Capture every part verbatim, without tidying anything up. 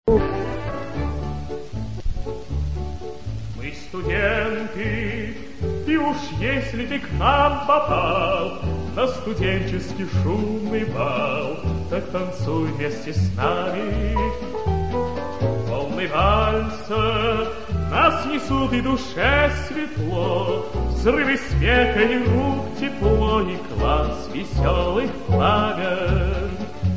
Мы студенты, и уж если ты к нам попал на студенческий шумный бал, так танцуй вместе с нами. Волны вальса нас несут, и душе светло, взрывы смеха и рук тепло, и класс веселых пламен.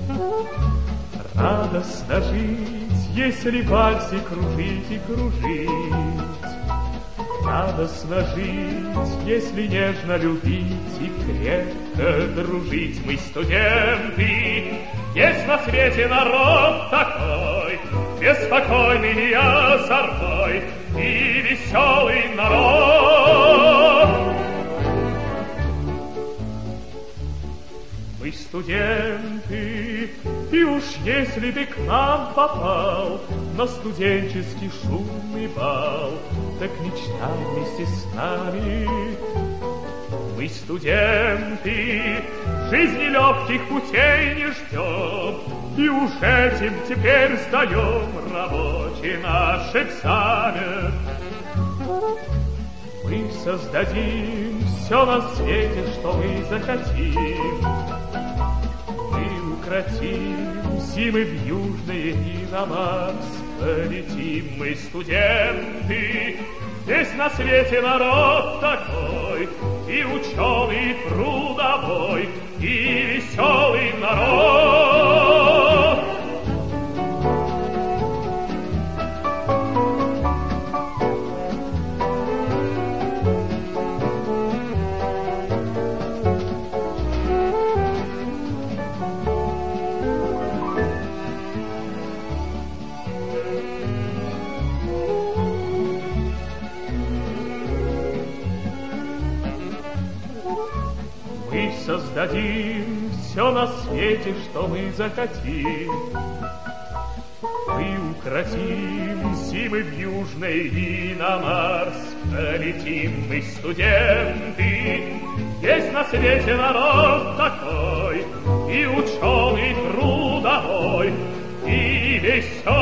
Радостно жить, если в вальсе кружить и кружить. Радостно жить, если нежно любить и крепко дружить. Мы студенты, есть на свете народ такой, беспокойный и озорной, и веселый народ. Мы студенты, и уж если ты к нам попал на студенческий шумный бал, так мечтай вместе с нами. Мы студенты, жизни легких путей не ждем, и уж этим теперь сдаем рабочий наш экзамен. Мы создадим все на свете, что мы захотим. Мы укротим зимы в южные, и на Марс полетим. Мы студенты, здесь на свете народ такой, и ученый, и трудовой, и веселый народ. Мы создадим все на свете, что мы захотим. Мы укротим зимы в южной, и на Марс полетим. Мы студенты, есть на свете народ такой, и ученый, трудовой, и веселый.